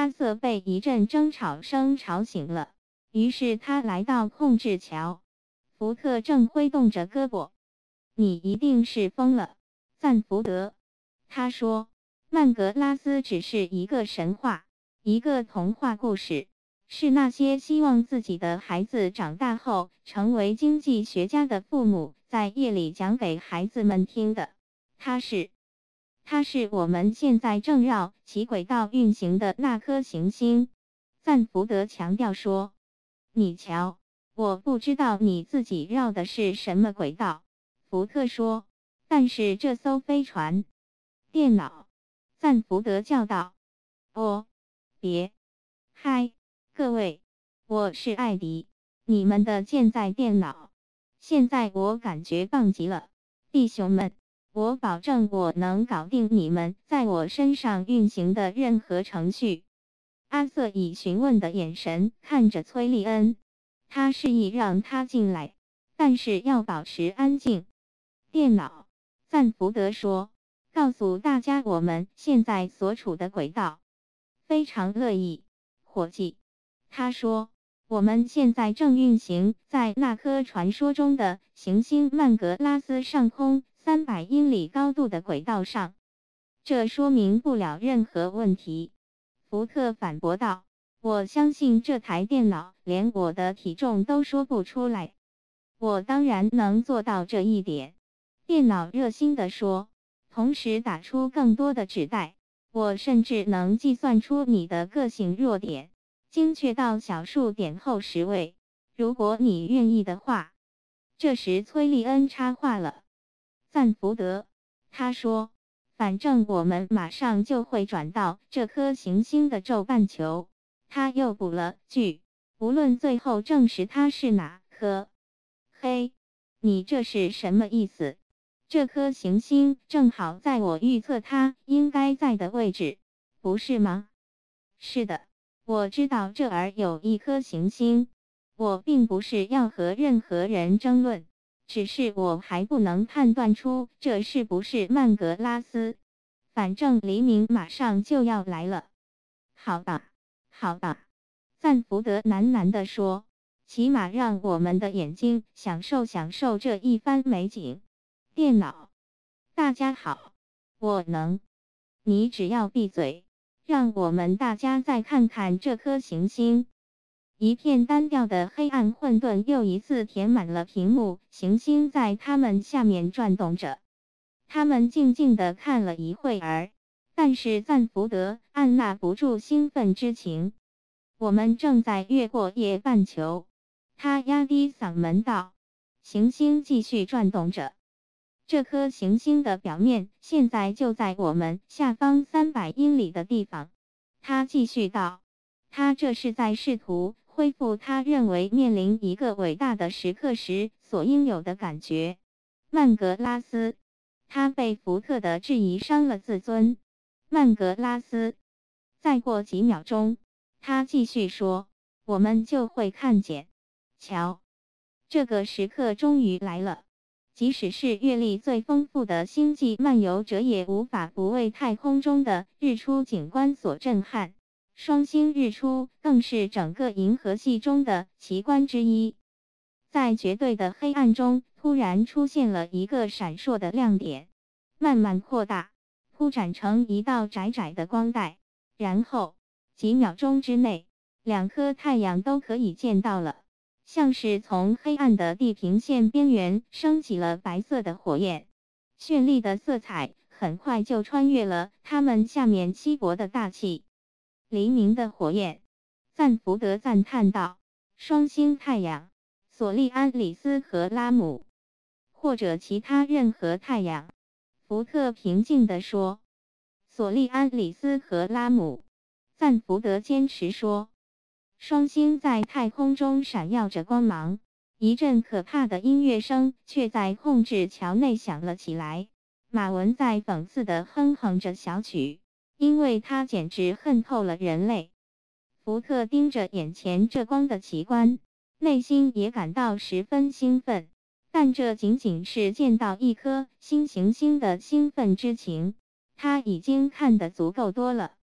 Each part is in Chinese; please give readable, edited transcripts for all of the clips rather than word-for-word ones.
阿瑟被一阵争吵声吵醒了，于是他来到控制桥。福特正挥动着胳膊。你一定是疯了，赞福德。他说，曼格拉斯只是一个神话，一个童话故事，是那些希望自己的孩子长大后成为经济学家的父母在夜里讲给孩子们听的。它是我们现在正绕其轨道运行的那颗行星。赞福德强调说。你瞧，我不知道你自己绕的是什么轨道，福特说，但是这艘飞船……电脑，赞福德叫道。哦，别嗨，各位，我是艾迪，你们的舰载电脑。现在我感觉棒极了，弟兄们，我保证我能搞定你们在我身上运行的任何程序。阿瑟以询问的眼神看着崔利恩，他示意让他进来，但是要保持安静。电脑，赞福德说，告诉大家我们现在所处的轨道。非常乐意，伙计。他说，我们现在正运行在那颗传说中的行星曼格拉斯上空300英里高度的轨道上。这说明不了任何问题。福特反驳道，我相信这台电脑连我的体重都说不出来。我当然能做到这一点，电脑热心地说，同时打出更多的纸带。我甚至能计算出你的个性弱点，精确到小数点后10位，如果你愿意的话。这时崔利恩插话了。赞福德，他说，反正我们马上就会转到这颗行星的轴半球。他又补了句，无论最后证实它是哪颗。嘿，你这是什么意思？这颗行星正好在我预测它应该在的位置，不是吗？是的，我知道这儿有一颗行星。我并不是要和任何人争论，只是我还不能判断出这是不是曼格拉斯。反正黎明马上就要来了。好吧，好吧，赞福德喃喃地说，起码让我们的眼睛享受这一番美景。电脑，大家好，我能。你只要闭嘴，让我们大家再看看这颗行星。一片单调的黑暗混沌又一次填满了屏幕，行星在他们下面转动着。他们静静地看了一会儿，但是赞福德按捺不住兴奋之情。我们正在越过夜半球，他压低嗓门道。行星继续转动着。这颗行星的表面现在就在我们下方300英里的地方。他继续道，他这是在试图恢复他认为面临一个伟大的时刻时所应有的感觉。曼格拉斯，他被福特的质疑伤了自尊。曼格拉斯，再过几秒钟，他继续说，我们就会看见。瞧，这个时刻终于来了。即使是阅历最丰富的星际漫游者也无法不为太空中的日出景观所震撼。双星日出更是整个银河系中的奇观之一。在绝对的黑暗中，突然出现了一个闪烁的亮点，慢慢扩大，铺展成一道窄窄的光带，然后几秒钟之内，2颗太阳都可以见到了。像是从黑暗的地平线边缘升起了白色的火焰，绚丽的色彩很快就穿越了它们下面稀薄的大气。黎明的火焰，赞福德赞叹道，双星太阳，索利安里斯和拉姆，或者其他任何太阳。福特平静地说，索利安里斯和拉姆，赞福德坚持说。双星在太空中闪耀着光芒，一阵可怕的音乐声却在控制桥内响了起来。马文在讽刺地哼哼着小曲，因为他简直恨透了人类。福特盯着眼前这光的奇观，内心也感到十分兴奋，但这仅仅是见到一颗新行星的兴奋之情，他已经看得足够多了。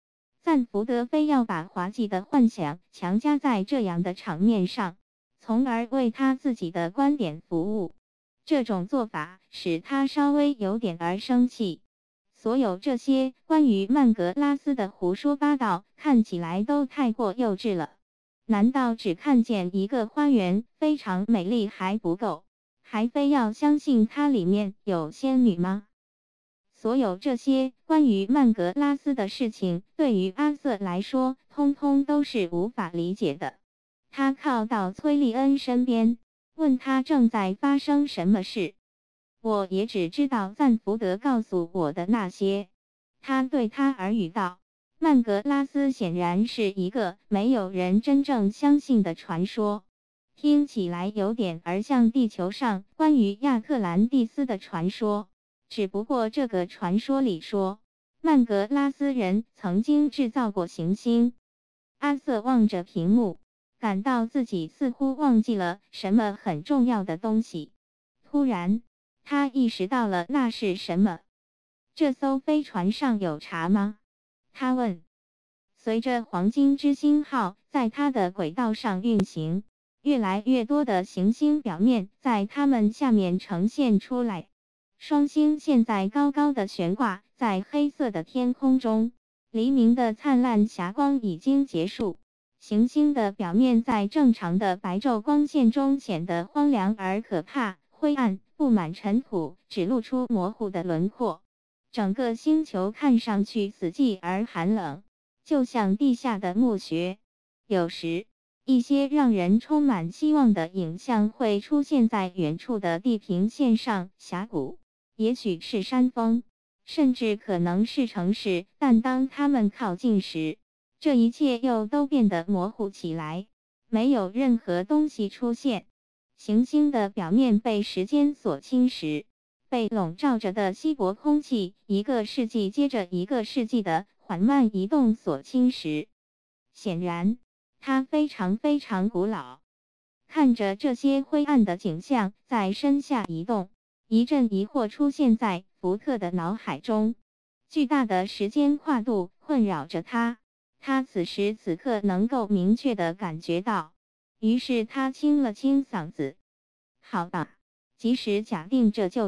赞福德非要把滑稽的幻想强加在这样的场面上，从而为他自己的观点服务。这种做法使他稍微有点儿生气。所有这些关于曼格拉斯的胡说八道看起来都太过幼稚了。难道只看见一个花园非常美丽还不够，还非要相信它里面有仙女吗？所有这些关于曼格拉斯的事情，对于阿瑟来说，通通都是无法理解的。他靠到崔利恩身边，问他正在发生什么事。我也只知道赞福德告诉我的那些。他对他耳语道。曼格拉斯显然是一个没有人真正相信的传说，听起来有点儿像地球上关于亚特兰蒂斯的传说。只不过这个传说里说，曼格拉斯人曾经制造过行星。阿瑟望着屏幕，感到自己似乎忘记了什么很重要的东西。突然，他意识到了那是什么。这艘飞船上有茶吗？他问。随着黄金之星号在它的轨道上运行，越来越多的行星表面在它们下面呈现出来。双星现在高高的悬挂在黑色的天空中，黎明的灿烂霞光已经结束，行星的表面在正常的白昼光线中显得荒凉而可怕，灰暗，布满尘土，只露出模糊的轮廓。整个星球看上去死寂而寒冷，就像地下的墓穴。有时，一些让人充满希望的影像会出现在远处的地平线上，峡谷，也许是山峰，甚至可能是城市，但当它们靠近时，这一切又都变得模糊起来，没有任何东西出现。行星的表面被时间所侵蚀，被笼罩着的稀薄空气，一个世纪接着一个世纪的缓慢移动所侵蚀。显然，它非常非常古老。看着这些灰暗的景象在身下移动，一阵疑惑出现在福特的脑海中。巨大的时间跨度困扰着他，他此时此刻能够明确地感觉到。于是他清了清嗓子：“好吧，即使假定这就是。”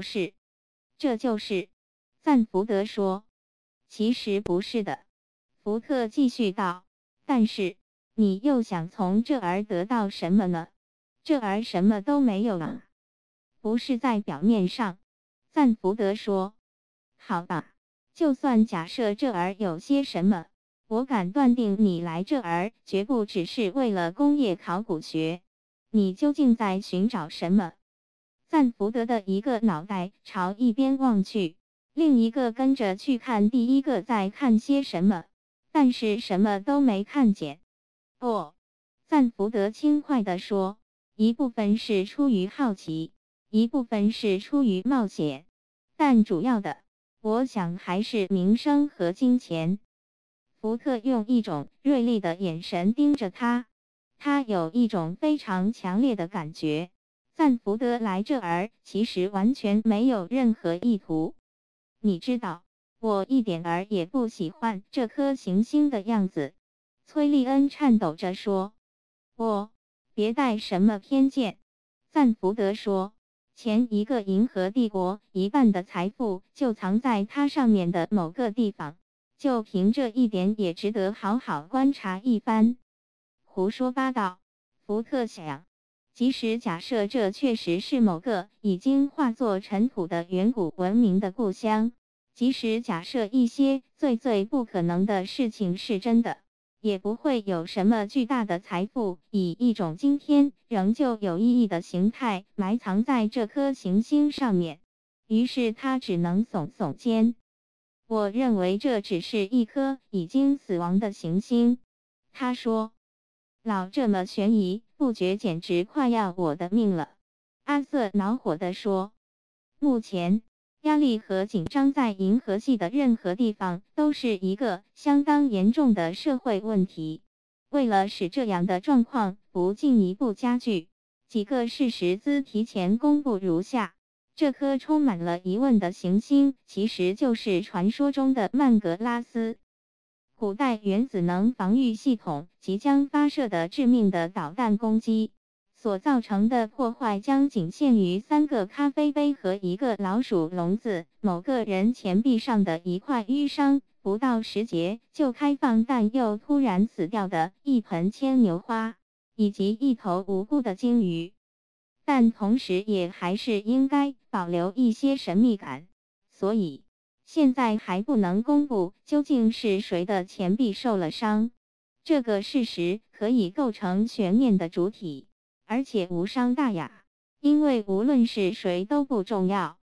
赞福德说。“其实不是的。”福特继续道，“但是，你又想从这儿得到什么呢？这儿什么都没有啊。”“不是在表面上。”赞福德说。“好吧，就算假设这儿有些什么，我敢断定你来这儿绝不只是为了工业考古学。你究竟在寻找什么？”赞福德的一个脑袋朝一边望去，另一个跟着去看第一个在看些什么，但是什么都没看见。“哦。”赞福德轻快地说，“一部分是出于好奇，一部分是出于冒险，但主要的，我想还是名声和金钱。”福特用一种锐利的眼神盯着他，他有一种非常强烈的感觉。赞福德来这儿其实完全没有任何意图。“你知道，我一点儿也不喜欢这颗行星的样子。”崔利恩颤抖着说。“别带什么偏见。”赞福德说，“前一个银河帝国一半的财富就藏在它上面的某个地方，就凭这一点也值得好好观察一番。”胡说八道，福特想。即使假设这确实是某个已经化作尘土的远古文明的故乡，即使假设一些最不可能的事情是真的，也不会有什么巨大的财富以一种今天仍旧有意义的形态埋藏在这颗行星上面。于是他只能耸耸肩。“我认为这只是一颗已经死亡的行星。”他说。“老这么悬疑不决，简直快要我的命了。”阿瑟恼火地说。“目前，压力和紧张在银河系的任何地方都是一个相当严重的社会问题。为了使这样的状况不进一步加剧，几个事实资提前公布如下。这颗充满了疑问的行星其实就是传说中的曼格拉斯。 古代原子能防御系统即将发射的致命的导弹攻击所造成的破坏将仅限于3个咖啡杯和1个老鼠笼子，某个人前臂上的一块淤伤，不到10节就开放但又突然死掉的一盆牵牛花，以及一头无辜的鲸鱼。但同时也还是应该保留一些神秘感，所以现在还不能公布究竟是谁的前臂受了伤。这个事实可以构成悬念的主体，而且无伤大雅，因为无论是谁都不重要。